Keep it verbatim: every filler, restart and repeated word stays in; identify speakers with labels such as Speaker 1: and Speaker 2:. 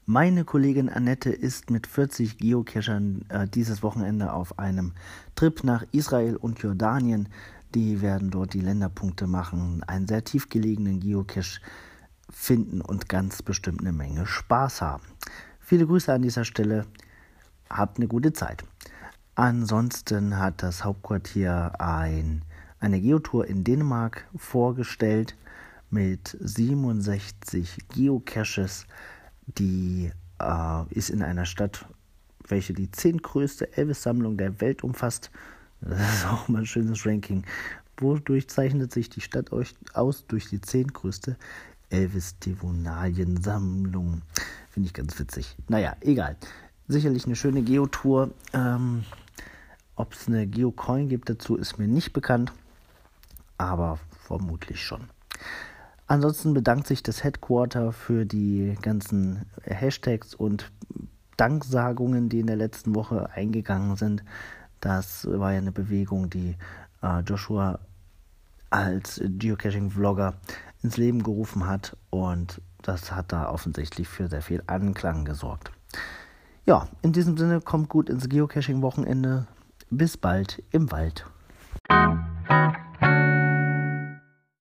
Speaker 1: Meine Kollegin Annette ist mit vierzig Geocachern äh, dieses Wochenende auf einem Trip nach Israel und Jordanien. Die werden dort die Länderpunkte machen, einen sehr tief gelegenen Geocache finden und ganz bestimmt eine Menge Spaß haben. Viele Grüße an dieser Stelle, habt eine gute Zeit. Ansonsten hat das Hauptquartier ein, eine Geotour in Dänemark vorgestellt mit siebenundsechzig Geocaches. Die äh, ist in einer Stadt, welche die zehntgrößte Elvis-Sammlung der Welt umfasst. Das ist auch mal ein schönes Ranking. Wodurch zeichnet sich die Stadt aus? Durch die zehntgrößte Elvis-Devonalien-Sammlung. Finde ich ganz witzig. Naja, egal. Sicherlich eine schöne Geotour. Ähm, Ob es eine Geocoin gibt dazu, ist mir nicht bekannt. Aber vermutlich schon. Ansonsten bedankt sich das Headquarter für die ganzen Hashtags und Danksagungen, die in der letzten Woche eingegangen sind. Das war ja eine Bewegung, die äh, Joshua als Geocaching-Vlogger ins Leben gerufen hat, und das hat da offensichtlich für sehr viel Anklang gesorgt. Ja, in diesem Sinne, kommt gut ins Geocaching-Wochenende. Bis bald im Wald.